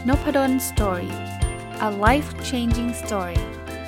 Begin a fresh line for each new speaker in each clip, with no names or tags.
Nopadon Story. A life-changing story.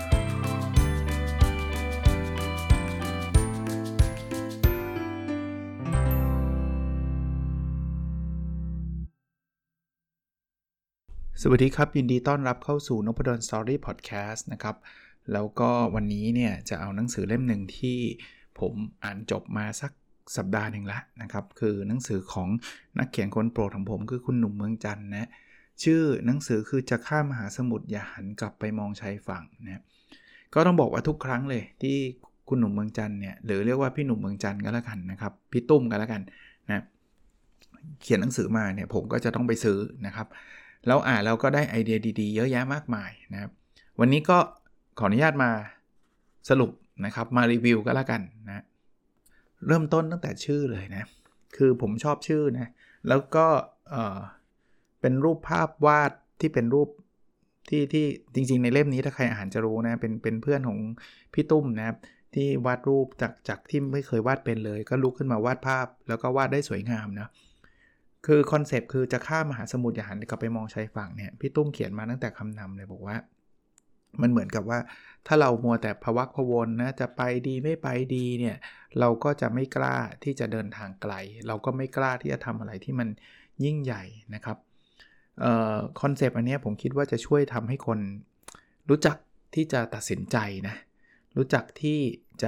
สวัสดีครับยินดีต้อนรับเข้าสู่ Nopadon Story Podcast นะครับแล้วก็วันนี้เนี่ยจะเอาหนังสือเล่มหนึ่งที่ผมอ่านจบมาสักสัปดาห์หนึ่งแล้วนะครับคือหนังสือของนักเขียนคนโปรดของผมคือคุณหนุ่มเมืองจันทร์นะชื่อหนังสือคือจะข้ามมหาสมุทรอย่าหันกลับไปมองชายฝั่งนะก็ต้องบอกว่าทุกครั้งเลยที่คุณหนุ่มเมืองจันทร์เนี่ยหรือเรียกว่าพี่หนุ่มเมืองจันทร์ก็แล้วกันนะครับพี่ตุ้มก็แล้วกันนะเขียนหนังสือมาเนี่ยผมก็จะต้องไปซื้อนะครับแล้วอ่านแล้วก็ได้ไอเดียดีๆเยอะแยะมากมายนะครับวันนี้ก็ขออนุญาตมาสรุปนะครับมารีวิวก็แล้วกันนะเริ่มต้นตั้งแต่ชื่อเลยนะคือผมชอบชื่อนะแล้วก็เป็นรูปภาพวาดที่เป็นรูปที่จริงๆในเล่มนี้ถ้าใครอ่านจะรู้นะเป็นเพื่อนของพี่ตุ้มนะครับที่วาดรูปจากที่ไม่เคยวาดเป็นเลยก็ลุกขึ้นมาวาดภาพแล้วก็วาดได้สวยงามนะคือคอนเซปต์คือจะข้ามมหาสมุทรอย่าหันกลับไปมองชายฝั่งเนี่ยพี่ตุ้มเขียนมาตั้งแต่คำนำเลยบอกว่ามันเหมือนกับว่าถ้าเรามัวแต่พะวักพะวนนะจะไปดีไม่ไปดีเนี่ยเราก็จะไม่กล้าที่จะเดินทางไกลเราก็ไม่กล้าที่จะทำอะไรที่มันยิ่งใหญ่นะครับคอนเซปต์อันนี้ผมคิดว่าจะช่วยทำให้คนรู้จักที่จะตัดสินใจนะรู้จักที่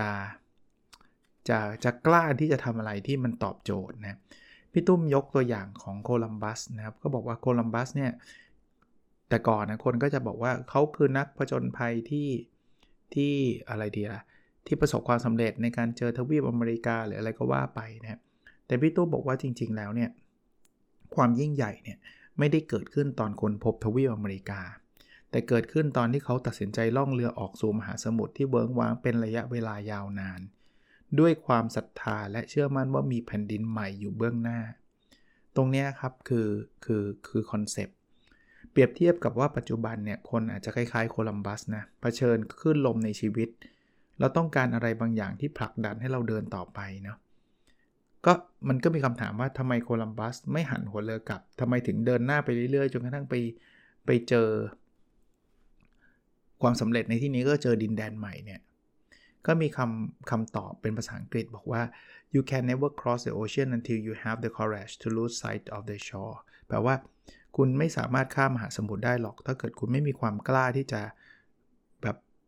จะกล้าที่จะทำอะไรที่มันตอบโจทย์นะพี่ตุ้มยกตัวอย่างของโคลัมบัสนะครับก็บอกว่าโคลัมบัสเนี่ยแต่ก่อนนะคนก็จะบอกว่าเขาคือนักผจญภัยที่อะไรดีล่ะที่ประสบความสำเร็จในการเจอทวีปอเมริกาหรืออะไรก็ว่าไปนะแต่พี่ตุ้มบอกว่าจริงๆแล้วเนี่ยความยิ่งใหญ่เนี่ยไม่ได้เกิดขึ้นตอนคนพบทวีปอเมริกาแต่เกิดขึ้นตอนที่เขาตัดสินใจล่องเรือออกสู่มหาสมุทรที่เวิ้งว้างเป็นระยะเวลายาวนานด้วยความศรัทธาและเชื่อมั่นว่ามีแผ่นดินใหม่อยู่เบื้องหน้าตรงนี้ครับคือคอนเซปต์เปรียบเทียบกับว่าปัจจุบันเนี่ยคนอาจจะคล้ายๆโคลัมบัสนะเผชิญคลื่นลมในชีวิตเราต้องการอะไรบางอย่างที่ผลักดันให้เราเดินต่อไปเนาะก็มันก็มีคำถามว่าทำไมโคลัมบัสไม่หันหัวเรือกลับทำไมถึงเดินหน้าไปเรื่อยๆจนกระทั่งไปเจอความสำเร็จในที่นี้ก็เจอดินแดนใหม่เนี่ยก็มีคำตอบเป็นภาษาอังกฤษบอกว่า you can never cross the ocean until you have the courage to lose sight of the shore แปลว่าคุณไม่สามารถข้ามมหาสมุทรได้หรอกถ้าเกิดคุณไม่มีความกล้าที่จะแบบ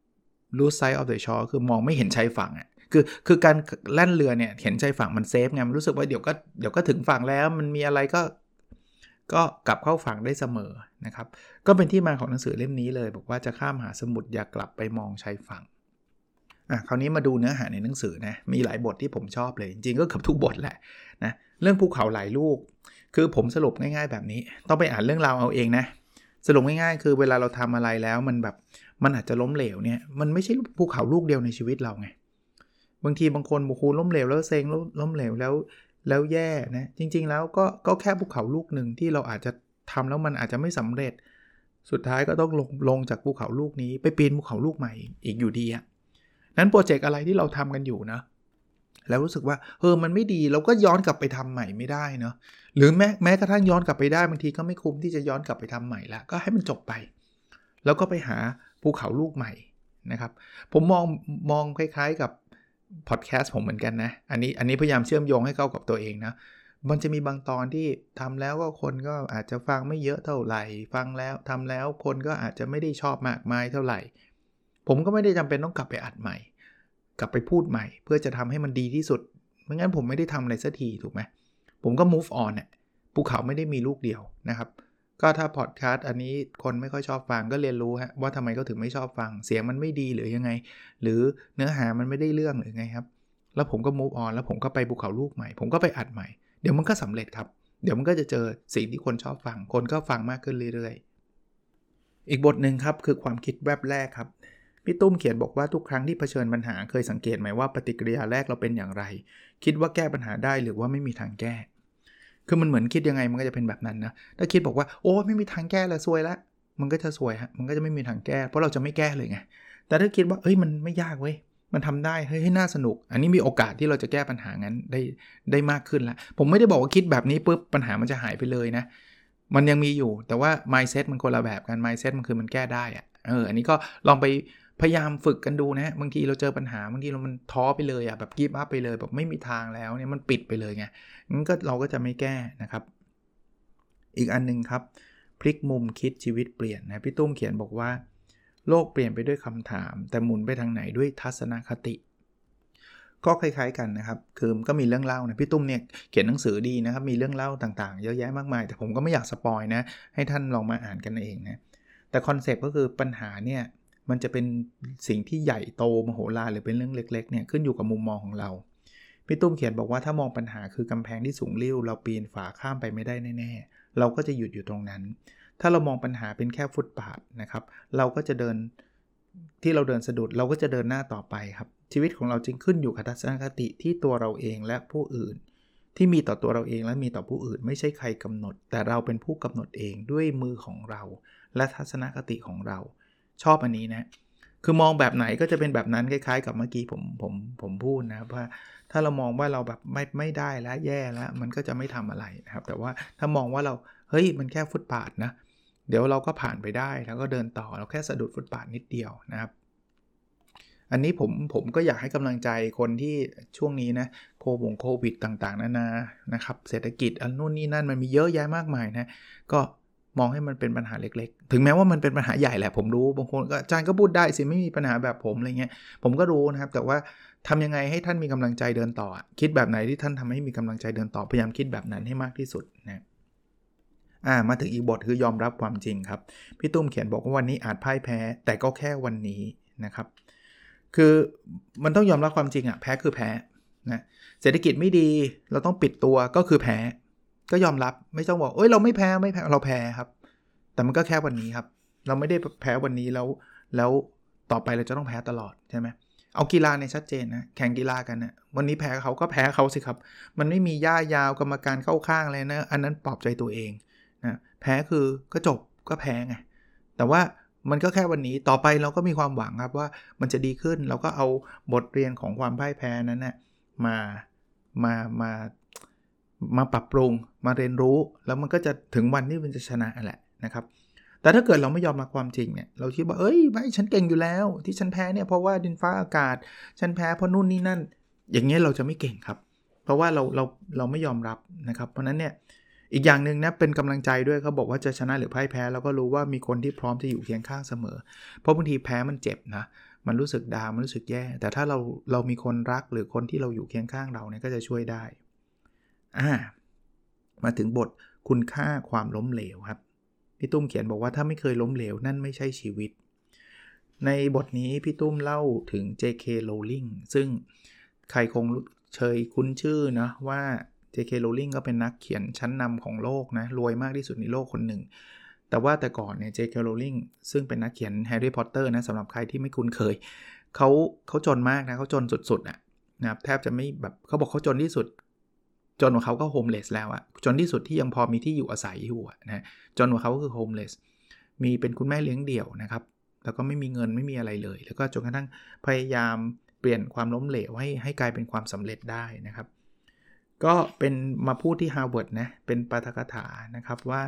lose sight of the shore คือมองไม่เห็นชายฝั่งอ่ะคือการแล่นเรือเนี่ยเห็นชายฝั่งมันเซฟไงมันรู้สึกว่าเดี๋ยวก็ถึงฝั่งแล้วมันมีอะไรก็กลับเข้าฝั่งได้เสมอนะครับก็เป็นที่มาของหนังสือเล่มนี้เลยบอกว่าจะข้ามมหาสมุทรอย่ากลับไปมองชายฝั่งคราวนี้มาดูเนื้อหาในหนังสือนะมีหลายบทที่ผมชอบเลยจริงๆก็เกือบทุกบทแหละนะเรื่องภูเขาหลายลูกคือผมสรุปง่ายๆแบบนี้ต้องไปอ่านเรื่องราวเอาเองนะสรุปง่ายๆคือเวลาเราทำอะไรแล้วมันอาจจะล้มเหลวเนี่ยมันไม่ใช่ภูเขาลูกเดียวในชีวิตเราไงบางทีบางคนบอกล้มเหลวแล้วเซ็งล้มเหลวแล้วแย่นะจริงๆแล้วก็แค่ภูเขาลูกหนึ่งที่เราอาจจะทำแล้วมันอาจจะไม่สำเร็จสุดท้ายก็ต้องลงจากภูเขาลูกนี้ไปปีนภูเขาลูกใหม่อีกอยู่ดีอะนั้นโปรเจกต์อะไรที่เราทำกันอยู่นะแล้วรู้สึกว่ามันไม่ดีเราก็ย้อนกลับไปทำใหม่ไม่ได้เนาะหรือแม้กระทั่งย้อนกลับไปได้บางทีก็ไม่คุ้มที่จะย้อนกลับไปทำใหม่ละก็ให้มันจบไปแล้วก็ไปหาภูเขาลูกใหม่นะครับผมมองคล้ายๆกับพอดแคสต์ผมเหมือนกันนะอันนี้พยายามเชื่อมโยงให้เข้ากับตัวเองนะมันจะมีบางตอนที่ทำแล้วก็คนก็อาจจะฟังไม่เยอะเท่าไหร่ฟังแล้วทำแล้วคนก็อาจจะไม่ได้ชอบมากมายเท่าไหร่ผมก็ไม่ได้จำเป็นต้องกลับไปอัดใหม่กลับไปพูดใหม่เพื่อจะทำให้มันดีที่สุดไม่งั้นผมไม่ได้ทำอะไรสักทีถูกไหมผมก็ move on เนี่ยภูเขาไม่ได้มีลูกเดียวนะครับก็ถ้าพอดแคสต์อันนี้คนไม่ค่อยชอบฟังก็เรียนรู้ฮะว่าทำไมเขาถึงไม่ชอบฟังเสียงมันไม่ดีหรือยังไงหรือเนื้อหามันไม่ได้เรื่องหรือไงครับแล้วผมก็ move on แล้วผมก็ไปภูเขาลูกใหม่ผมก็ไปอัดใหม่เดี๋ยวมันก็สำเร็จครับเดี๋ยวมันก็จะเจอสิ่งที่คนชอบฟังคนก็ฟังมากขึ้นเรื่อยๆอีกบทหนึ่งครับคือความคิดแวบแรกครับพี่ตุ้มเขียนบอกว่าทุกครั้งที่เผชิญปัญหาเคยสังเกตไหมว่าปฏิกิริยาแรกเราเป็นอย่างไรคิดว่าแก้ปัญหาได้หรือว่าไม่มีทางแก้คือมันเหมือนคิดยังไงมันก็จะเป็นแบบนั้นนะถ้าคิดบอกว่าโอ้ไม่มีทางแก้แล้วซวยละมันก็จะซวยฮะมันก็จะไม่มีทางแก้เพราะเราจะไม่แก้เลยไงแต่ถ้าคิดว่ามันไม่ยากเว้ยมันทำได้ให้น่าสนุกอันนี้มีโอกาสที่เราจะแก้ปัญหางั้นได้มากขึ้นละผมไม่ได้บอกว่าคิดแบบนี้ปุ๊บปัญหามันจะหายไปเลยนะมันยังมีอยู่แต่ว่า mindset มันคนละแบบกัน mindset มันคือมันแก้ได้อะอันนี้ก็ลองไปพยายามฝึกกันดูนะบางทีเราเจอปัญหาบางทีมันท้อไปเลยแบบ give up ไปเลยแบบไม่มีทางแล้วเนี่ยมันปิดไปเลยไงงั้นก็เราก็จะไม่แก้นะครับอีกอันนึงครับพลิกมุมคิดชีวิตเปลี่ยนนะพี่ตุ้มเขียนบอกว่าโลกเปลี่ยนไปด้วยคำถามแต่หมุนไปทางไหนด้วยทัศนคติก็คล้ายๆกันนะครับคือก็มีเรื่องเล่านะพี่ตุ้มเนี่ยเขียนหนังสือดีนะครับมีเรื่องเล่าต่างๆเยอะแยะมากมายแต่ผมก็ไม่อยากสปอยนะให้ท่านลองมาอ่านกันเองนะแต่คอนเซปต์ก็คือปัญหาเนี่ยมันจะเป็นสิ่งที่ใหญ่โตมโหฬารหรือเป็นเรื่องเล็กๆเนี่ยขึ้นอยู่กับมุมมองของเราพี่ตุ้มเขียนบอกว่าถ้ามองปัญหาคือกำแพงที่สูงลิ่วเราปีนฝาข้ามไปไม่ได้แน่ๆเราก็จะหยุดอยู่ตรงนั้นถ้าเรามองปัญหาเป็นแค่ฟุตบาทนะครับเราก็จะเดินที่เราเดินสะดุดเราก็จะเดินหน้าต่อไปครับชีวิตของเราจึงขึ้นอยู่กับทัศนคติที่ตัวเราเองและผู้อื่นที่มีต่อตัวเราเองและมีต่อผู้อื่นไม่ใช่ใครกำหนดแต่เราเป็นผู้กำหนดเองด้วยมือของเราและทัศนคติของเราชอบอันนี้นะคือมองแบบไหนก็จะเป็นแบบนั้นคล้ายๆกับเมื่อกี้ผมพูดนะครับว่าถ้าเรามองว่าเราแบบไม่ได้แล้วแย่แล้วมันก็จะไม่ทำอะไรนะครับแต่ว่าถ้ามองว่าเราเฮ้ยมันแค่ฟุตบาทนะเดี๋ยวเราก็ผ่านไปได้แล้วก็เดินต่อเราแค่สะดุดฟุตบาทนิดเดียวนะครับอันนี้ผมก็อยากให้กำลังใจคนที่ช่วงนี้นะโควิดต่างๆนานานะครับเศรษฐกิจอันนู่นนี่นั่นมันมีเยอะแยะมากมายนะก็มองให้มันเป็นปัญหาเล็กๆถึงแม้ว่ามันเป็นปัญหาใหญ่แหละผมรู้บางคนก็อาจารย์ก็พูดได้สิไม่มีปัญหาแบบผมอะไรเงี้ยผมก็รู้นะครับแต่ว่าทำยังไงให้ท่านมีกำลังใจเดินต่อคิดแบบไหนที่ท่านทำให้มีกำลังใจเดินต่อพยายามคิดแบบนั้นให้มากที่สุดนะมาถึงอีกบทคือยอมรับความจริงครับพี่ตุ้มเขียนบอกว่าวันนี้อาจพ่ายแพ้แต่ก็แค่วันนี้นะครับคือมันต้องยอมรับความจริงแพ้คือแพ้นะเศรษฐกิจไม่ดีเราต้องปิดตัวก็คือแพ้ก็ยอมรับไม่ต้องบอกเราไม่แพ้เราแพ้ครับแต่มันก็แค่วันนี้ครับเราไม่ได้แพ้วันนี้แล้วต่อไปเราจะต้องแพ้ตลอดใช่ไหมเอากีฬาในชัดเจนนะแข่งกีฬากันนะวันนี้แพ้เขาก็แพ้เขาสิครับมันไม่มีย่ายาวกรรมการเข้าข้างเลยนะอันนั้นปลอบใจตัวเองนะแพ้คือก็จบก็แพ้ไงแต่ว่ามันก็แค่วันนี้ต่อไปเราก็มีความหวังครับว่ามันจะดีขึ้นเราก็เอาบทเรียนของความพ่ายแพ้นั้นนะมาปรับปรุงมาเรียนรู้แล้วมันก็จะถึงวันที่มันจะชนะแหละนะครับแต่ถ้าเกิดเราไม่ยอมรับความจริงเนี่ยเราคิดว่าไม่ฉันเก่งอยู่แล้วที่ฉันแพ้เนี่ยเพราะว่าดินฟ้าอากาศฉันแพ้เพราะนู่นนี่นั่นอย่างเงี้ยเราจะไม่เก่งครับเพราะว่าเราไม่ยอมรับนะครับเพราะนั้นเนี่ยอีกอย่างนึงนะเป็นกำลังใจด้วยเขาบอกว่าจะชนะหรือพ่ายแพ้เราก็รู้ว่ามีคนที่พร้อมจะอยู่เคียงข้างเสมอเพราะบางทีแพ้มันเจ็บนะมันรู้สึกดาวมันรู้สึกแย่แต่ถ้าเรามีคนรักหรือคนที่เราอยู่เคียงข้างเราเนี่ยก็จะช่วยได้มาถึงบทคุณค่าความล้มเหลวครับพี่ตุ้มเขียนบอกว่าถ้าไม่เคยล้มเหลวนั่นไม่ใช่ชีวิตในบทนี้พี่ตุ้มเล่าถึง J.K. Rowling ซึ่งใครคงเคยคุ้นชื่อนะว่า J.K. Rowling ก็เป็นนักเขียนชั้นนำของโลกนะรวยมากที่สุดในโลกคนหนึ่งแต่ว่าแต่ก่อนเนี่ย J.K. Rowling ซึ่งเป็นนักเขียน Harry Potter นะสำหรับใครที่ไม่คุ้นเคยเขาจนมากนะเขาจนสุดๆนะครับแทบจะไม่แบบเขาบอกเขาจนที่สุดจนกว่าเขาก็โฮมเลสแล้วจนที่สุดที่ยังพอมีที่อยู่อาศัยอยู่นะจนกว่าเขาก็คือโฮมเลสมีเป็นคุณแม่เลี้ยงเดี่ยวนะครับแล้วก็ไม่มีเงินไม่มีอะไรเลยแล้วก็จนกระทั่งพยายามเปลี่ยนความล้มเหลวให้กลายเป็นความสำเร็จได้นะครับก็เป็นมาพูดที่ Harvard นะเป็นปาฐกถานะครับว่า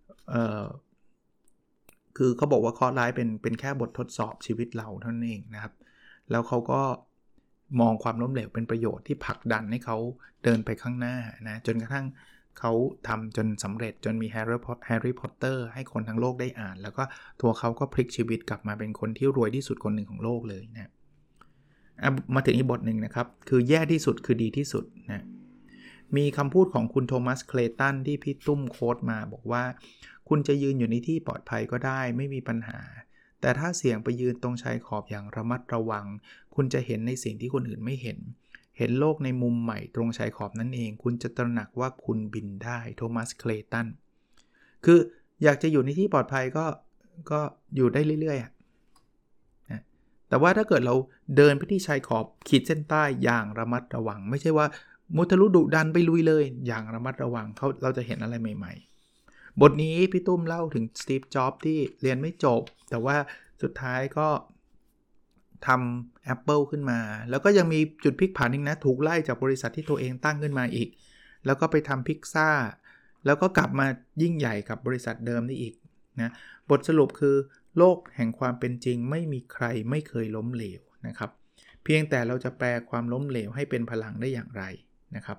คือเขาบอกว่าเคราะห์ร้ายเป็นแค่บททดสอบชีวิตเราเท่านั้นเองนะครับแล้วเขาก็มองความล้มเหลวเป็นประโยชน์ที่ผลักดันให้เขาเดินไปข้างหน้านะจนกระทั่งเขาทำจนสำเร็จจนมีแฮร์รี่พอตเตอร์ให้คนทั้งโลกได้อ่านแล้วก็ตัวเขาก็พลิกชีวิตกลับมาเป็นคนที่รวยที่สุดคนหนึ่งของโลกเลยนะมาถึงอีกบทหนึ่งนะครับคือแย่ที่สุดคือดีที่สุดนะมีคำพูดของคุณโทมัส เคลตันที่พี่ตุ้มโค้ดมาบอกว่าคุณจะยืนอยู่ในที่ปลอดภัยก็ได้ไม่มีปัญหาแต่ถ้าเสี่ยงไปยืนตรงชายขอบอย่างระมัดระวังคุณจะเห็นในสิ่งที่คนอื่นไม่เห็นโลกในมุมใหม่ตรงชายขอบนั่นเองคุณจะตระหนักว่าคุณบินได้โทมัส เคลตันคืออยากจะอยู่ในที่ปลอดภัยก็อยู่ได้เรื่อยๆนะแต่ว่าถ้าเกิดเราเดินไปที่ชายขอบขีดเส้นใต้อย่างระมัดระวังไม่ใช่ว่ามุทะลุดุดันไปลุยเลยอย่างระมัดระวังเราจะเห็นอะไรใหม่ๆบทนี้พี่ตุ้มเล่าถึงสตีฟ จ็อบส์ที่เรียนไม่จบแต่ว่าสุดท้ายก็ทำ Apple ขึ้นมาแล้วก็ยังมีจุดพลิกผันอีกนะถูกไล่จากบริษัทที่ตัวเองตั้งขึ้นมาอีกแล้วก็ไปทำพิซซ่าแล้วก็กลับมายิ่งใหญ่กับบริษัทเดิมได้อีกนะบทสรุปคือโลกแห่งความเป็นจริงไม่มีใครไม่เคยล้มเหลวนะครับเพียงแต่เราจะแปลความล้มเหลวให้เป็นพลังได้อย่างไรนะครับ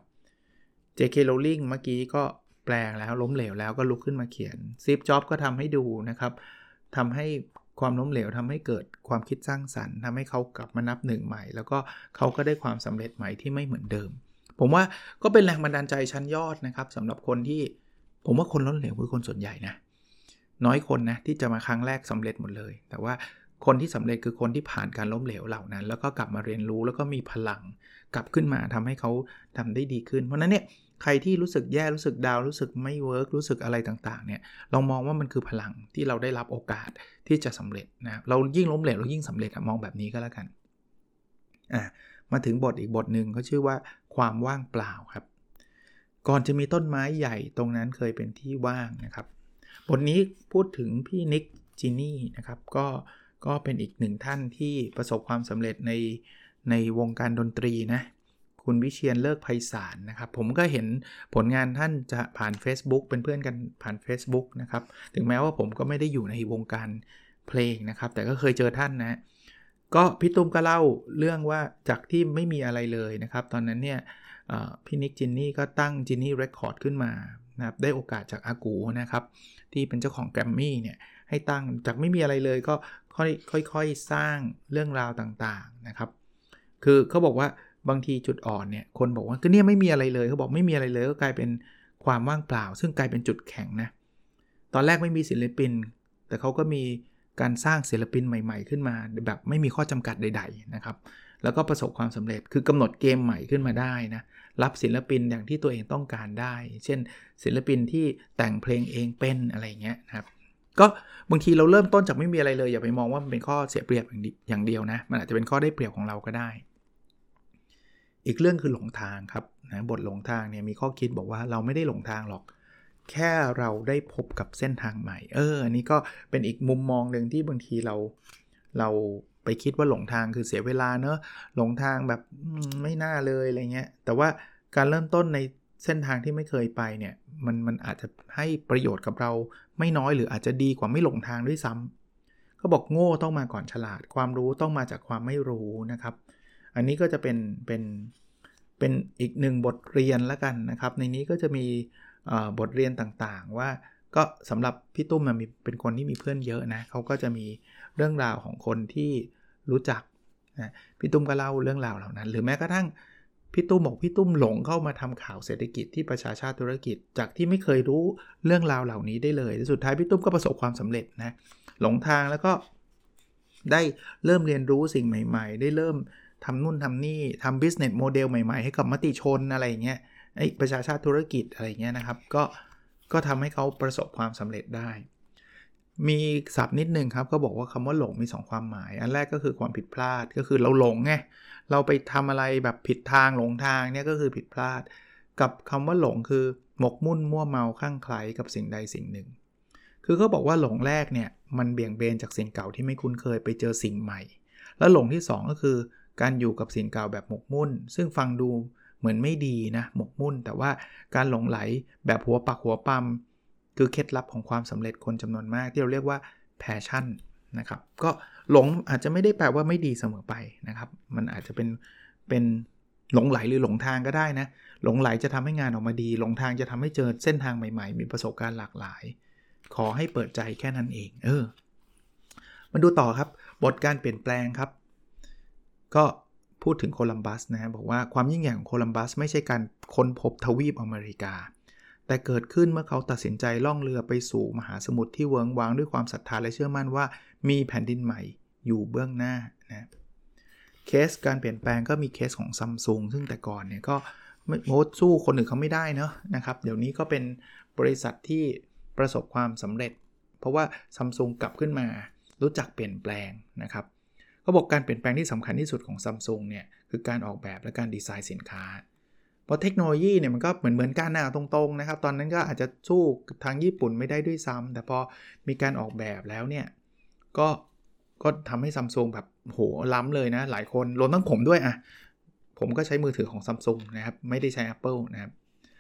J.K. Rowling เมื่อกี้ก็แปลแล้วล้มเหลวแล้วก็ลุกขึ้นมาเขียน Steve Jobs ก็ทำให้ดูนะครับทำให้ความล้มเหลวทำให้เกิดความคิดสร้างสรรค์ทำให้เขากลับมานับหนึ่งใหม่แล้วก็เขาก็ได้ความสำเร็จใหม่ที่ไม่เหมือนเดิมผมว่าก็เป็นแรงบันดาลใจชั้นยอดนะครับสำหรับคนที่ผมว่าคนล้มเหลวคือคนส่วนใหญ่นะน้อยคนนะที่จะมาครั้งแรกสำเร็จหมดเลยแต่ว่าคนที่สำเร็จคือคนที่ผ่านการล้มเหลวเหล่านั้นแล้วก็กลับมาเรียนรู้แล้วก็มีพลังกลับขึ้นมาทำให้เขาทำได้ดีขึ้นเพราะนั้นเนี่ยใครที่รู้สึกแย่รู้สึกดาวรู้สึกไม่เวิร์กรู้สึกอะไรต่างๆเนี่ยเรามองว่ามันคือพลังที่เราได้รับโอกาสที่จะสำเร็จนะเรายิ่งล้มเหลวเรายิ่งสำเร็จมองแบบนี้ก็แล้วกันมาถึงบทอีกบทหนึ่งเขาชื่อว่าความว่างเปล่าครับก่อนจะมีต้นไม้ใหญ่ตรงนั้นเคยเป็นที่ว่างนะครับบทนี้พูดถึงพี่นิกจินี่นะครับก็เป็นอีกหนึ่งท่านที่ประสบความสำเร็จในวงการดนตรีนะคุณวิเชียรเลิกไพศาลนะครับผมก็เห็นผลงานท่านจะผ่าน Facebook เป็นเพื่อนกันผ่าน Facebook นะครับถึงแม้ว่าผมก็ไม่ได้อยู่ในวงการเพลงนะครับแต่ก็เคยเจอท่านนะก็พี่ตุ้มก็เล่าเรื่องว่าจากที่ไม่มีอะไรเลยนะครับตอนนั้นเนี่ยพี่นิกจินนี่ก็ตั้งจินนี่เรคคอร์ดขึ้นมานะครับได้โอกาสจากอากูนะครับที่เป็นเจ้าของแกรมมี่เนี่ยให้ตั้งจากไม่มีอะไรเลยก็ค่อยๆสร้างเรื่องราวต่างๆนะครับคือเขาบอกว่าบางทีจุดอ่อนเนี่ยคนบอกว่าก็เนี่ยไม่มีอะไรเลยเขาบอกไม่มีอะไรเลยก็กลายเป็นความว่างเปล่าซึ่งกลายเป็นจุดแข็งนะตอนแรกไม่มีศิลปินแต่เขาก็มีการสร้างศิลปินใหม่ๆขึ้นมาแบบไม่มีข้อจำกัดใดๆนะครับแล้วก็ประสบความสำเร็จคือกำหนดเกมใหม่ขึ้นมาได้นะรับศิลปินอย่างที่ตัวเองต้องการได้เช่นศิลปินที่แต่งเพลงเองเป็นอะไรเงี้ยนะครับก็บางทีเราเริ่มต้นจากไม่มีอะไรเลยอย่าไปมองว่ามันเป็นข้อเสียเปรียบอย่างเดียวนะมันอาจจะเป็นข้อได้เปรียบของเราก็ได้อีกเรื่องคือหลงทางครับนะบทหลงทางเนี่ยมีข้อคิดบอกว่าเราไม่ได้หลงทางหรอกแค่เราได้พบกับเส้นทางใหม่อันนี้ก็เป็นอีกมุมมองนึงที่บางทีเราไปคิดว่าหลงทางคือเสียเวลาเนอะหลงทางแบบไม่น่าเลยอะไรเงี้ยแต่ว่าการเริ่มต้นในเส้นทางที่ไม่เคยไปเนี่ยมันอาจจะให้ประโยชน์กับเราไม่น้อยหรืออาจจะดีกว่าไม่หลงทางด้วยซ้ำเขาบอกโง่ต้องมาก่อนฉลาดความรู้ต้องมาจากความไม่รู้นะครับอันนี้ก็จะเป็นอีกหนึ่งบทเรียนแล้วกันนะครับในนี้ก็จะมีบทเรียนต่างๆว่าก็สำหรับพี่ตุ้มเป็นคนที่มีเพื่อนเยอะนะเขาก็จะมีเรื่องราวของคนที่รู้จักนะพี่ตุ้มก็เล่าเรื่องราวเหล่านั้นหรือแม้กระทั่งพี่ตุ้มบอกพี่ตุ้มหลงเข้ามาทำข่าวเศรษฐกิจที่ประชาชาติธุรกิจจากที่ไม่เคยรู้เรื่องราวเหล่านี้ได้เลยสุดท้ายพี่ตุ้มก็ประสบความสำเร็จนะหลงทางแล้วก็ได้เริ่มเรียนรู้สิ่งใหม่ๆได้เริ่มทำนู่นทำนี่ทำ business model ใหม่ๆให้กับมติชนอะไรเงี้ยประชาชาติธุรกิจอะไรเงี้ยนะครับก็ทำให้เขาประสบความสำเร็จได้มีศัพท์นิดนึงครับก็บอกว่าคำว่าหลงมี2ความหมายอันแรกก็คือความผิดพลาดก็คือเราหลงไงเราไปทำอะไรแบบผิดทางหลงทางเนี่ยก็คือผิดพลาดกับคำว่าหลงคือหมกมุ่นมั่วเมาคลั่งไคล้กับสิ่งใดสิ่งหนึ่งคือเขาบอกว่าหลงแรกเนี่ยมันเบี่ยงเบนจากสิ่งเก่าที่ไม่คุ้นเคยไปเจอสิ่งใหม่แล้วหลงที่2ก็คือการอยู่กับสิ่งเก่าแบบหมกมุ่นซึ่งฟังดูเหมือนไม่ดีนะหมกมุ่นแต่ว่าการหลงไหลแบบหัวปักหัวปั๊มคือเคล็ดลับของความสำเร็จคนจำนวนมากที่เราเรียกว่า passion นะครับก็หลงอาจจะไม่ได้แปลว่าไม่ดีเสมอไปนะครับมันอาจจะเป็นหลงไหลหรือหลงทางก็ได้นะหลงไหลจะทำให้งานออกมาดีหลงทางจะทำให้เจอเส้นทางใหม่ๆมีประสบการณ์หลากหลายขอให้เปิดใจแค่นั้นเองมาดูต่อครับบทการเปลี่ยนแปลงครับก็พูดถึงโคลัมบัสนะบอกว่าความยิ่งใหญ่ของโคลัมบัสไม่ใช่การค้นพบทวีปอเมริกาแต่เกิดขึ้นเมื่อเขาตัดสินใจล่องเรือไปสู่มหาสมุทรที่เวิ้งว้างด้วยความศรัทธาและเชื่อมั่นว่ามีแผ่นดินใหม่อยู่เบื้องหน้านะเคสการเปลี่ยนแปลงก็มีเคสของ Samsung ซึ่งแต่ก่อนเนี่ยก็โม้สู้คนอื่นเขาไม่ได้เนาะนะครับเดี๋ยวนี้ก็เป็นบริษัทที่ประสบความสำเร็จเพราะว่า Samsung กลับขึ้นมารู้จักเปลี่ยนแปลงนะครับเขาบอกการเปลี่ยนแปลงที่สำคัญที่สุดของ Samsung เนี่ยคือการออกแบบและการดีไซน์สินค้าเพราะเทคโนโลยีเนี่ยมันก็เหมือนกันนะตรงๆนะครับตอนนั้นก็อาจจะสู้ทางญี่ปุ่นไม่ได้ด้วยซ้ำแต่พอมีการออกแบบแล้วเนี่ยก็ทำให้ Samsung แบบโหล้ำเลยนะหลายคนรวมทั้งผมด้วยผมก็ใช้มือถือของ Samsung นะครับไม่ได้ใช้ Apple นะครับ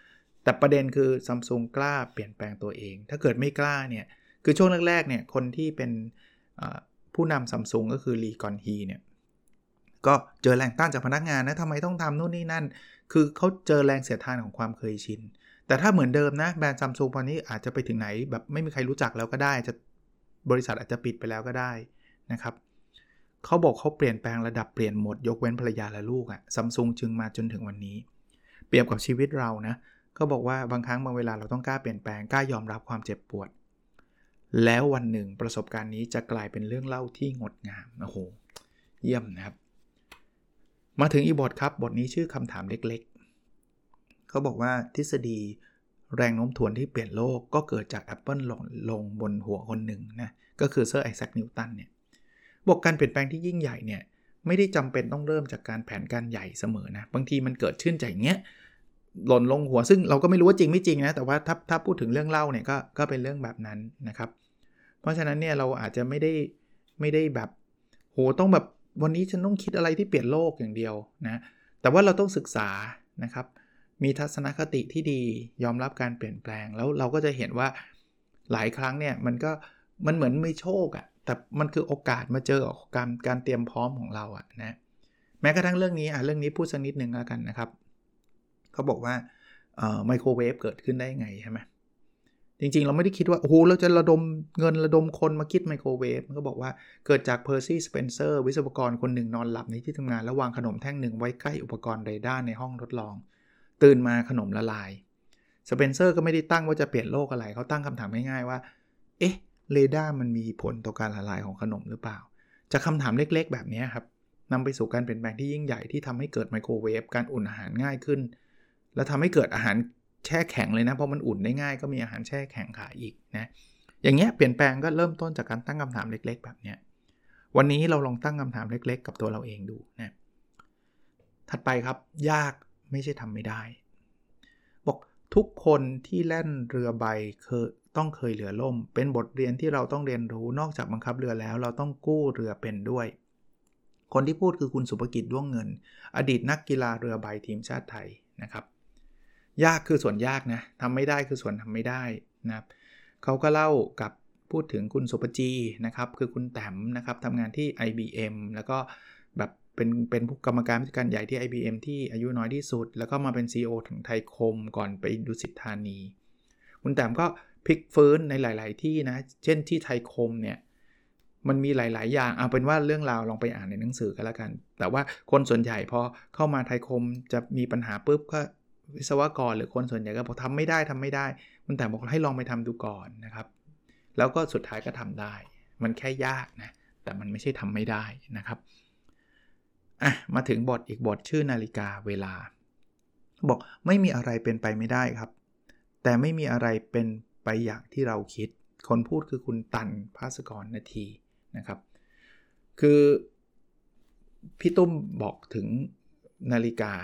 แต่ประเด็นคือ Samsung กล้าเปลี่ยนแปลงตัวเองถ้าเกิดไม่กล้าเนี่ยคือช่วงแรกๆเนี่ยคนที่เป็นผู้นำ Samsung ก็คือลีกอนฮีเนี่ยก็เจอแรงต้านจากพนักงานนะทำไมต้องทำนู่นนี่นั่นคือเขาเจอแรงเสียดทานของความเคยชินแต่ถ้าเหมือนเดิมนะแบรนด์ Samsung ตอนนี้อาจจะไปถึงไหนแบบไม่มีใครรู้จักแล้วก็ได้จะบริษัทอาจจะปิดไปแล้วก็ได้นะครับเขาบอกเขาเปลี่ยนแปลงระดับเปลี่ยนหมดยกเว้นภรรยาและลูกSamsung จึงมาจนถึงวันนี้เปรียบกับชีวิตเรานะก็บอกว่าบางครั้งบางเวลาเราต้องกล้าเปลี่ยนแปลงกล้ายอมรับความเจ็บปวดแล้ววันหนึ่งประสบการณ์นี้จะกลายเป็นเรื่องเล่าที่งดงามโอ้โหเยี่ยมนะครับมาถึงอีกบทครับบทนี้ชื่อคำถามเล็กๆเขาบอกว่าทฤษฎีแรงโน้มถ่วงที่เปลี่ยนโลกก็เกิดจากแอปเปิลลงบนหัวคนหนึ่งนะก็คือเซอร์ไอแซคนิวตันเนี่ยบอกการเปลี่ยนแปลงที่ยิ่งใหญ่เนี่ยไม่ได้จำเป็นต้องเริ่มจากการแผนการใหญ่เสมอนะบางทีมันเกิดขึ้นจากอย่างเงี้ยหล่นลงหัวซึ่งเราก็ไม่รู้ว่าจริงไม่จริงนะแต่ว่าถ้าพูดถึงเรื่องเล่าเนี่ยก็เป็นเรื่องแบบนั้นนะครับเพราะฉะนั้นเนี่ยเราอาจจะไม่ได้แบบโหต้องแบบวันนี้ฉันต้องคิดอะไรที่เปลี่ยนโลกอย่างเดียวนะแต่ว่าเราต้องศึกษานะครับมีทัศนคติที่ดียอมรับการเปลี่ยนแปลงแล้วเราก็จะเห็นว่าหลายครั้งเนี่ยมันเหมือนไม่โชคแต่มันคือโอกาสมาเจอการเตรียมพร้อมของเรานะแม้กระทั่งเรื่องนี้พูดสักนิดนึงแล้วกันนะครับเขาบอกว่าไมโครเวฟเกิดขึ้นได้ไงใช่ไหมจริงๆเราไม่ได้คิดว่าโอ้โหเราจะระดมเงินระดมคนมาคิดไมโครเวฟก็บอกว่าเกิดจากเพอร์ซี่สเปนเซอร์วิศวกรคนหนึ่งนอนหลับในที่ทำงานแล้ววางขนมแท่งหนึ่งไว้ใกล้อุปกรณ์เรดาร์ในห้องทดลองตื่นมาขนมละลายสเปนเซอร์ก็ไม่ได้ตั้งว่าจะเปลี่ยนโลกอะไรเขาตั้งคำถามง่ายๆว่าเอ๊ะเรดาร์มันมีผลต่อการละลายของขนมหรือเปล่าจากคำถามเล็กๆแบบนี้ครับนำไปสู่การเปลี่ยนแปลงที่ยิ่งใหญ่ที่ทำให้เกิดไมโครเวฟการอุ่นอาหารง่ายขึ้นแล้วทำให้เกิดอาหารแช่แข็งเลยนะเพราะมันอุ่นได้ง่ายก็มีอาหารแช่แข็งขายอีกนะอย่างเงี้ยเปลี่ยนแปลงก็เริ่มต้นจากการตั้งคำถามเล็กๆแบบเนี้ยวันนี้เราลองตั้งคำถามเล็กๆกับตัวเราเองดูนะถัดไปครับยากไม่ใช่ทำไม่ได้บอกทุกคนที่แล่นเรือใบต้องเคยเรือล่มเป็นบทเรียนที่เราต้องเรียนรู้นอกจากบังคับเรือแล้วเราต้องกู้เรือเป็นด้วยคนที่พูดคือคุณสุภกิจด้วงเงินอดีตนักกีฬาเรือใบทีมชาติไทยนะครับยากคือส่วนยากนะทำไม่ได้คือส่วนทำไม่ได้นะครับเขาก็เล่ากับพูดถึงคุณสุภจีนะครับคือคุณแต้มนะครับทำงานที่ IBM แล้วก็แบบเป็นผู้กรรมการผู้จัดการใหญ่ที่ IBM ที่อายุน้อยที่สุดแล้วก็มาเป็น CEO ถึงไทยคมก่อนไปดุสิตธานีคุณแต้มก็พลิกฟื้นในหลายๆที่นะเช่นที่ไทยคมเนี่ยมันมีหลายๆอย่างเอาเป็นว่าเรื่องราวลองไปอ่านในหนังสือกันแล้วกันแต่ว่าคนส่วนใหญ่พอเข้ามาไทยคมจะมีปัญหาปุ๊บก็วิศวกรหรือคนส่วนใหญ่ก็บอกทำไม่ได้คุณแต่บอกให้ลองไปทำดูก่อนนะครับแล้วก็สุดท้ายก็ทำได้มันแค่ยากนะแต่มันไม่ใช่ทำไม่ได้นะครับมาถึงอีกบทชื่อนาฬิกาเวลาบอกไม่มีอะไรเป็นไปไม่ได้ครับแต่ไม่มีอะไรเป็นไปอย่างที่เราคิดคนพูดคือคุณตันภาสกรนาทีนะครับคือพี่ตุ้มบอกถึงนาฬิกา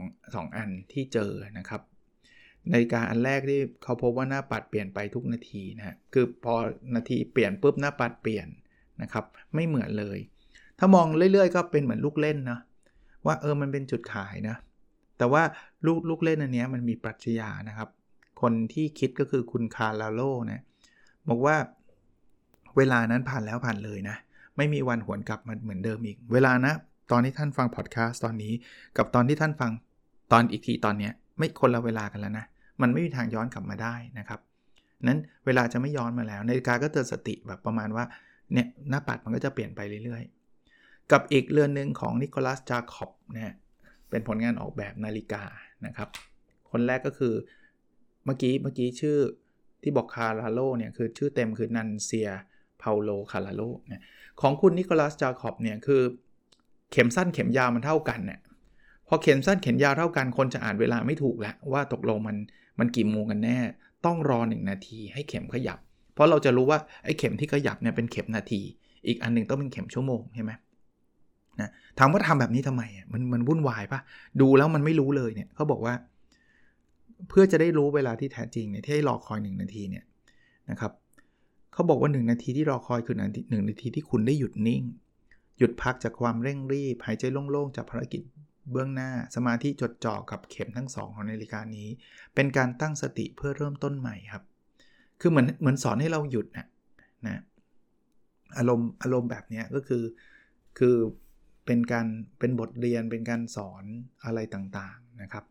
2อันที่เจอนะครับนาฬิกาอันแรกที่เขาพบว่าหน้าปัดเปลี่ยนไปทุกนาทีนะคือพอนาทีเปลี่ยนปุ๊บหน้าปัดเปลี่ยนนะครับไม่เหมือนเลยถ้ามองเรื่อยๆก็เป็นเหมือนลูกเล่นนะว่ามันเป็นจุดขายนะแต่ว่าลูกเล่นอันนี้มันมีปรัชญานะครับคนที่คิดก็คือคุณคาร์ลาโลนะบอกว่าเวลานั้นผ่านแล้วผ่านเลยนะไม่มีวันหวนกลับมาเหมือนเดิมอีกเวลานะตอนที่ท่านฟังพอดแคสต์ตอนนี้กับตอนที่ท่านฟังตอนอีกทีตอนนี้ไม่คนละเวลากันแล้วนะมันไม่มีทางย้อนกลับมาได้นะครับนั้นเวลาจะไม่ย้อนมาแล้วนาฬิกาก็เตือนสติแบบประมาณว่าเนี่ยหน้าปัดมันก็จะเปลี่ยนไปเรื่อยๆกับอีกเรือนนึงของนิโคลัสจาคอบเนี่ยเป็นผลงานออกแบบนาฬิกานะครับคนแรกก็คือเมื่อกี้ชื่อที่บอกคาราโลเนี่ยคือชื่อเต็มคือนันเซียเปาโลคาราโลเนี่ยของคุณนิโคลัสจาคอบเนี่ยคือเข็มสั้นเข็มยาวมันเท่ากันเนี่ยพอเข็มสั้นเข็มยาวเท่ากันคนจะอ่านเวลาไม่ถูกแล้วว่าตกลงมันกี่โมงกันแน่ต้องรอ1นาทีให้เข็มขยับเพราะเราจะรู้ว่าไอ้เข็มที่ขยับเนี่ยเป็นเข็มนาทีอีกอันนึงต้องเป็นเข็มชั่วโมงใช่ไหมนะถามว่าทำแบบนี้ทำไมมันวุ่นวายปะดูแล้วมันไม่รู้เลยเนี่ยเขาบอกว่าเพื่อจะได้รู้เวลาที่แท้จริงเนี่ยที่ให้รอคอย1นาทีเนี่ยนะครับเขาบอกว่า1นาทีที่รอคอยคือ1นาทีที่คุณได้หยุดนิ่งหยุดพักจากความเร่งรีบหายใจโล่งๆจากภารกิจเบื้องหน้าสมาธิจดจ่อกับเข็มทั้ง2ของนาฬิกานี้เป็นการตั้งสติเพื่อเริ่มต้นใหม่ครับคือเหมือนสอนให้เราหยุดนะอารมณ์แบบนี้ก็คือเป็นบทเรียนเป็นการสอนอะไรต่างๆนะครับ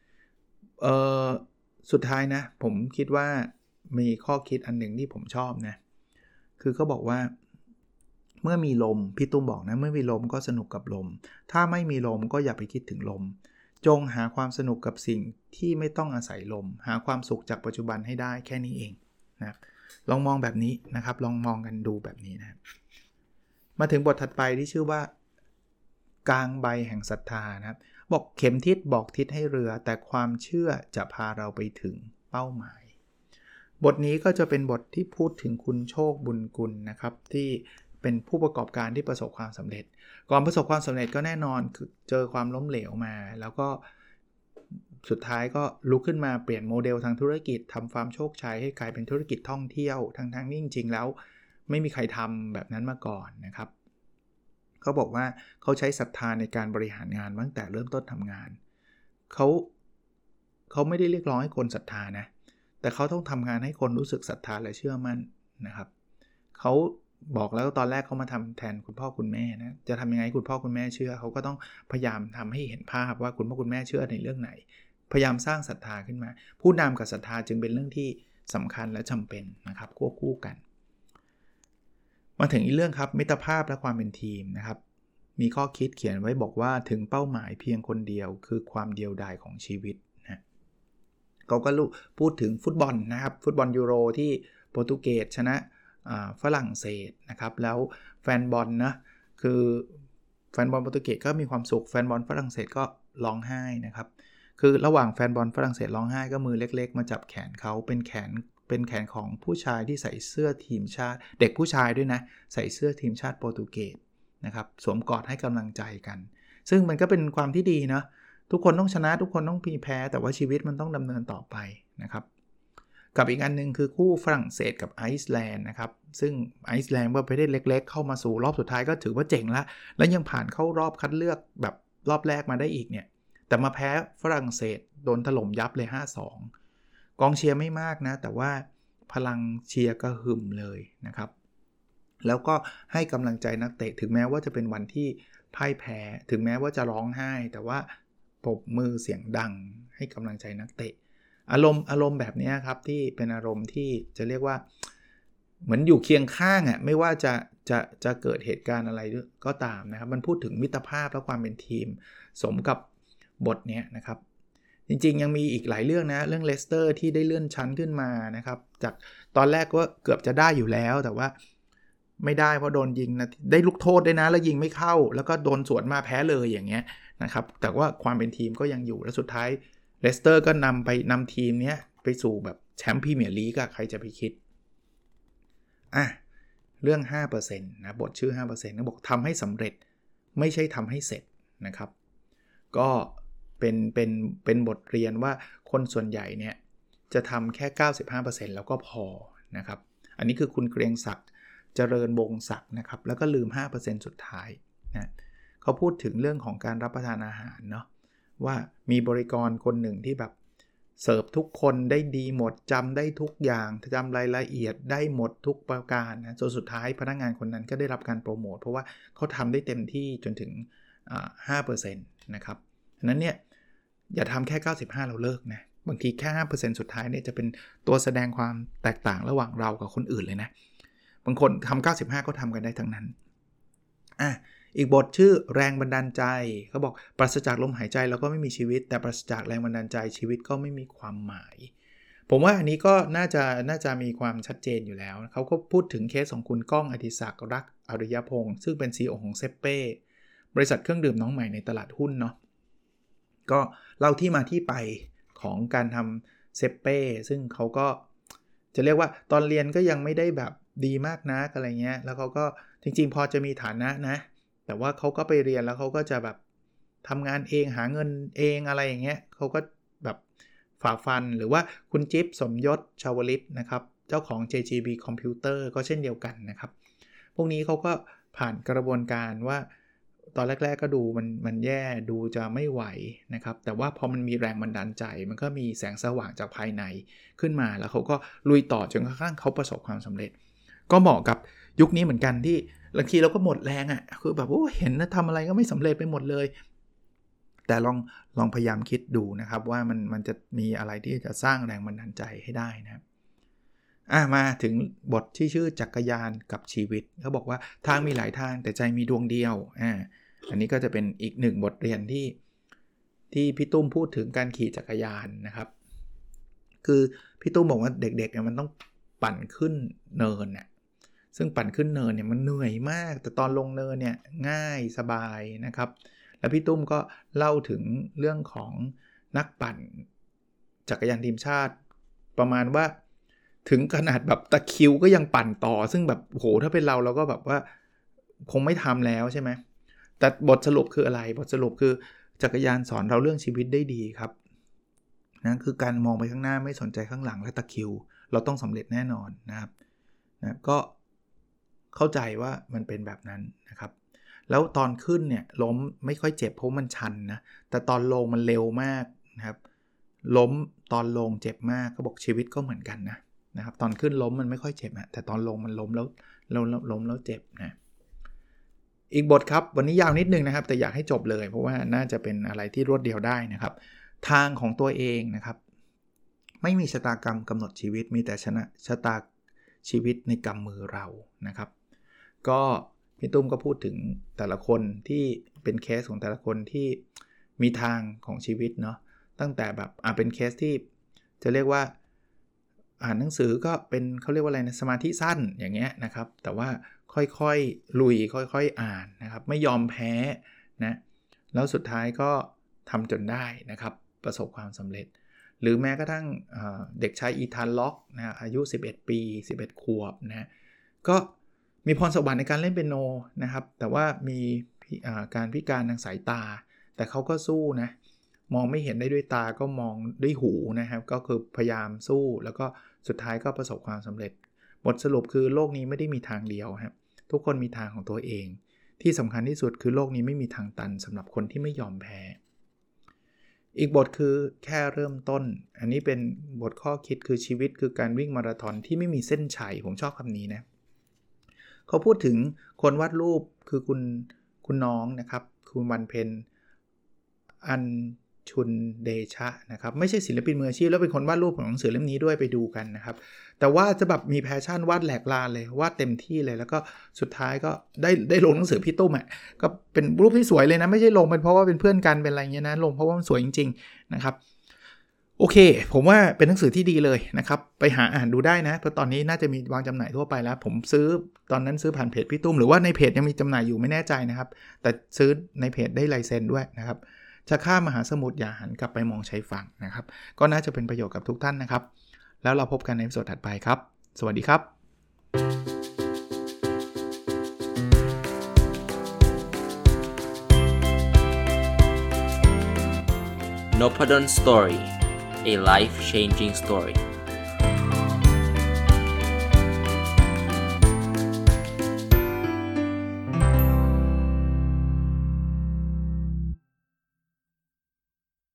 สุดท้ายนะผมคิดว่ามีข้อคิดอันหนึ่งที่ผมชอบนะคือเขาบอกว่าเมื่อมีลมพี่ตุ้มบอกนะเมื่อมีลมก็สนุกกับลมถ้าไม่มีลมก็อย่าไปคิดถึงลมจงหาความสนุกกับสิ่งที่ไม่ต้องอาศัยลมหาความสุขจากปัจจุบันให้ได้แค่นี้เองนะลองมองแบบนี้นะครับลองมองกันดูแบบนี้นะมาถึงบทถัดไปที่ชื่อว่ากลางใบแห่งศรัทธานะครับบอกเข็มทิศบอกทิศให้เรือแต่ความเชื่อจะพาเราไปถึงเป้าหมายบทนี้ก็จะเป็นบทที่พูดถึงคุณโชคบุญกุลนะครับที่เป็นผู้ประกอบการที่ประสบความสำเร็จก่อนประสบความสำเร็จก็แน่นอนคือเจอความล้มเหลวมาแล้วก็สุดท้ายก็ลุกขึ้นมาเปลี่ยนโมเดลทางธุรกิจทำฟาร์มโชคชัยให้กลายเป็นธุรกิจท่องเที่ยวทั้งนี่จริงๆแล้วไม่มีใครทำแบบนั้นมาก่อนนะครับเขาบอกว่าเขาใช้ศรัทธาในการบริหารงานตั้งแต่เริ่มต้นทำงานเขาไม่ได้เรียกร้องให้คนศรัทธานะแต่เขาต้องทำงานให้คนรู้สึกศรัทธาและเชื่อมั่นนะครับเขาบอกแล้วตอนแรกเขามาทำแทนคุณพ่อคุณแม่นะจะทำยังไงคุณพ่อคุณแม่เชื่อเขาก็ต้องพยายามทำให้เห็นภาพว่าคุณพ่อคุณแม่เชื่อในเรื่องไหนพยายามสร้างศรัทธาขึ้นมาผู้นำกับศรัทธาจึงเป็นเรื่องที่สำคัญและจำเป็นนะครับควบคู่กันมาถึงอีกเรื่องครับมิตรภาพและความเป็นทีมนะครับมีข้อคิดเขียนไว้บอกว่าถึงเป้าหมายเพียงคนเดียวคือความเดียวดายของชีวิตนะเขาก็พูดถึงฟุตบอลนะครับฟุตบอลยูโรที่โปรตุเกสชนะฝรั่งเศสนะครับแล้วแฟนบอลนะคือแฟนบอลโปรตุเกสก็มีความสุขแฟนบอลฝรั่งเศสก็ร้องไห้นะครับคือระหว่างแฟนบอลฝรั่งเศสร้องไห้ก็มือเล็กๆมาจับแขนเขาเป็นแขนของผู้ชายที่ใส่เสื้อทีมชาติเด็กผู้ชายด้วยนะใส่เสื้อทีมชาติโปรตุเกสนะครับสวมกอดให้กำลังใจกันซึ่งมันก็เป็นความที่ดีนะทุกคนต้องชนะทุกคนต้องแพ้แต่ว่าชีวิตมันต้องดำเนินต่อไปนะครับกับอีกอันนึงคือคู่ฝรั่งเศสกับไอซ์แลนด์นะครับซึ่งไอซ์แลนด์ว่าประเทศเล็กๆเข้ามาสู่รอบสุดท้ายก็ถือว่าเจ๋งแล้วยังผ่านเข้ารอบคัดเลือกแบบรอบแรกมาได้อีกเนี่ยแต่มาแพ้ฝรั่งเศสโดนถล่มยับเลย 5-2 กองเชียร์ไม่มากนะแต่ว่าพลังเชียร์ก็หึมเลยนะครับแล้วก็ให้กำลังใจนักเตะถึงแม้ว่าจะเป็นวันที่พ่ายแพ้ถึงแม้ว่าจะร้องไห้แต่ว่าปรบมือเสียงดังให้กำลังใจนักเตะอารมณ์แบบนี้ครับที่เป็นอารมณ์ที่จะเรียกว่าเหมือนอยู่เคียงข้างไม่ว่าจะเกิดเหตุการณ์อะไรก็ตามนะครับมันพูดถึงมิตรภาพและความเป็นทีมสมกับบทนี้นะครับจริงๆยังมีอีกหลายเรื่องนะเรื่องเลสเตอร์ที่ได้เลื่อนชั้นขึ้นมานะครับจากตอนแรกก็เกือบจะได้อยู่แล้วแต่ว่าไม่ได้เพราะโดนยิงนะได้ลูกโทษด้วยนะแล้วยิงไม่เข้าแล้วก็โดนสวนมาแพ้เลยอย่างเงี้ยนะครับแต่ว่าความเป็นทีมก็ยังอยู่และสุดท้ายเลสเตอร์ก็นำทีมเนี้ยไปสู่แบบแชมป์พรีเมียร์ลีกใครจะไปคิดเรื่อง 5% นะบทชื่อ 5% นะบอกทำให้สำเร็จไม่ใช่ทำให้เสร็จนะครับก็เป็นบทเรียนว่าคนส่วนใหญ่เนี่ยจะทำแค่ 95% แล้วก็พอนะครับอันนี้คือคุณเกรียงศักดิ์เจริญวงศ์ศักดิ์นะครับแล้วก็ลืม 5% สุดท้ายนะเขาพูดถึงเรื่องของการรับประทานอาหารเนาะว่ามีบริกรคนหนึ่งที่แบบเสิร์ฟทุกคนได้ดีหมดจำได้ทุกอย่างจำรายละเอียดได้หมดทุกประการนะจนสุดท้ายพนักงานคนนั้นก็ได้รับการโปรโมทเพราะว่าเขาทำได้เต็มที่จนถึง 5% นะครับฉะนั้นเนี่ยอย่าทำแค่ 95% เราเลิกนะบางทีแค่ 5% สุดท้ายเนี่ยจะเป็นตัวแสดงความแตกต่างระหว่างเรากับคนอื่นเลยนะบางคนทำ 95% ก็ทำกันได้ทั้งนั้นอีกบทชื่อแรงบันดาลใจเขาบอกปราศจากลมหายใจเราก็ไม่มีชีวิตแต่ปราศจากแรงบันดาลใจชีวิตก็ไม่มีความหมายผมว่าอันนี้ก็น่าจะมีความชัดเจนอยู่แล้วเขาก็พูดถึงเคสของคุณก้องอดิศักดิ์รักอริยพงศ์ซึ่งเป็น CEO ของเซเป้บริษัทเครื่องดื่มน้องใหม่ในตลาดหุ้นเนาะก็เล่าที่มาที่ไปของการทำเซเป้ซึ่งเขาก็จะเรียกว่าตอนเรียนก็ยังไม่ได้แบบดีมากนักอะไรเงี้ยแล้วเขาก็จริงๆพอจะมีฐานะนะแต่ว่าเขาก็ไปเรียนแล้วเขาก็จะแบบทำงานเองหาเงินเองอะไรอย่างเงี้ยเขาก็แบบฝ่าฟันหรือว่าคุณจิ๊บสมยศชาวลิตนะครับเจ้าของ JGB Computer ก็เช่นเดียวกันนะครับพวกนี้เขาก็ผ่านกระบวนการว่าตอนแรกๆก็ดูมันแย่ดูจะไม่ไหวนะครับแต่ว่าพอมันมีแรงบันดาลใจมันก็มีแสงสว่างจากภายในขึ้นมาแล้วเขาก็ลุยต่อจนกระทั่งเขาประสบความสำเร็จก็เหมาะกับยุคนี้เหมือนกันที่บางทีเราก็หมดแรงคือแบบโอ้เห็นนะทำอะไรก็ไม่สำเร็จไปหมดเลยแต่ลองพยายามคิดดูนะครับว่ามันจะมีอะไรที่จะสร้างแรงบันดาลใจให้ได้นะครับมาถึงบทที่ชื่อจักรยานกับชีวิตเขาบอกว่าทางมีหลายทางแต่ใจมีดวงเดียวอันนี้ก็จะเป็นอีกหนึ่งบทเรียนที่พี่ตุ้มพูดถึงการขี่จักรยานนะครับคือพี่ตุ้มบอกว่าเด็กๆเนี่ยมันต้องปั่นขึ้นเนินเนี่ยซึ่งปั่นขึ้นเนินเนี่ยมันเหนื่อยมากแต่ตอนลงเนินเนี่ยง่ายสบายนะครับแล้วพี่ตุ้มก็เล่าถึงเรื่องของนักปั่นจักรยานทีมชาติประมาณว่าถึงขนาดแบบตะคริวก็ยังปั่นต่อซึ่งแบบโหถ้าเป็นเราก็แบบว่าคงไม่ทำแล้วใช่ไหมแต่บทสรุปคืออะไรบทสรุปคือจักรยานสอนเราเรื่องชีวิตได้ดีครับนั่นคือการมองไปข้างหน้าไม่สนใจข้างหลังและตะคริวเราต้องสำเร็จแน่นอนนะครับนะก็เข้าใจว่ามันเป็นแบบนั้นนะครับแล้วตอนขึ้นเนี่ยล้มไม่ค่อยเจ็บเพราะมันชันนะแต่ตอนลงมันเร็วมากนะครับล้มตอนลงเจ็บมากเขาบอกชีวิตก็เหมือนกันนะครับตอนขึ้นล้มมันไม่ค่อยเจ็บแต่ตอนลงมันล้มแล้วเจ็บนะอีกบทครับวันนี้ยาวนิดนึงนะครับแต่อยากให้จบเลยเพราะว่าน่าจะเป็นอะไรที่รวดเดียวได้นะครับทางของตัวเองนะครับไม่มีชะตากรรมกำหนดชีวิตมีแต่ชะตาชีวิตในกำมือเรานะครับก็พี่ตุ้มก็พูดถึงแต่ละคนที่เป็นเคสของแต่ละคนที่มีทางของชีวิตเนาะตั้งแต่แบบเป็นเคสที่จะเรียกว่าอ่านหนังสือก็เป็นเขาเรียกว่าอะไรนะสมาธิสั้นอย่างเงี้ยนะครับแต่ว่าค่อยๆลุยค่อยๆอ่านนะครับไม่ยอมแพ้นะแล้วสุดท้ายก็ทำจนได้นะครับประสบความสำเร็จหรือแม้กระทั่งเด็กชายอีธานล็อกนะอายุ11ปี11ขวบนะก็มีพรสวรรค์ในการเล่นเปียโนนะครับแต่ว่ามีการพิการทางสายตาแต่เขาก็สู้นะมองไม่เห็นได้ด้วยตาก็มองด้วยหูนะครับก็คือพยายามสู้แล้วก็สุดท้ายก็ประสบความสำเร็จบทสรุปคือโลกนี้ไม่ได้มีทางเดียวครับทุกคนมีทางของตัวเองที่สำคัญที่สุดคือโลกนี้ไม่มีทางตันสำหรับคนที่ไม่ยอมแพ้อีกบทคือแค่เริ่มต้นอันนี้เป็นบทข้อคิดคือชีวิตคือการวิ่งมาราธอนที่ไม่มีเส้นชัยผมชอบคำนี้นะเขาพูดถึงคนวาดรูปคือคุณน้องนะครับคุณวันเพ็ญอัญชุนเดชะนะครับไม่ใช่ศิลปินมืออาชีพแล้วเป็นคนวาดรูปของหนังสือเล่มนี้ด้วยไปดูกันนะครับแต่ว่าจะแบบมีแพชชั่นวาดแหลกลานเลยวาดเต็มที่เลยแล้วก็สุดท้ายก็ได้ลงหนังสือพี่ตุ้มก็เป็นรูปที่สวยเลยนะไม่ใช่ลงเป็นเพราะว่าเป็นเพื่อนกันเป็นอะไรเงี้ยนะลงเพราะว่ามันสวยจริงๆนะครับโอเคผมว่าเป็นหนังสือที่ดีเลยนะครับไปหาอ่านดูได้นะเพราะตอนนี้น่าจะมีวางจำหน่ายทั่วไปแล้วผมซื้อตอนนั้นซื้อผ่านเพจพี่ตุ้มหรือว่าในเพจยังมีจำหน่ายอยู่ไม่แน่ใจนะครับแต่ซื้อในเพจได้ลายเซ็นด้วยนะครับจะข้ามมหาสมุทรอย่าหันกลับไปมองชายฝั่งนะครับก็น่าจะเป็นประโยชน์กับทุกท่านนะครับแล้วเราพบกันในตอนถัดไปครับสวัสดีครับ
Nopadon Story, a life-changing story.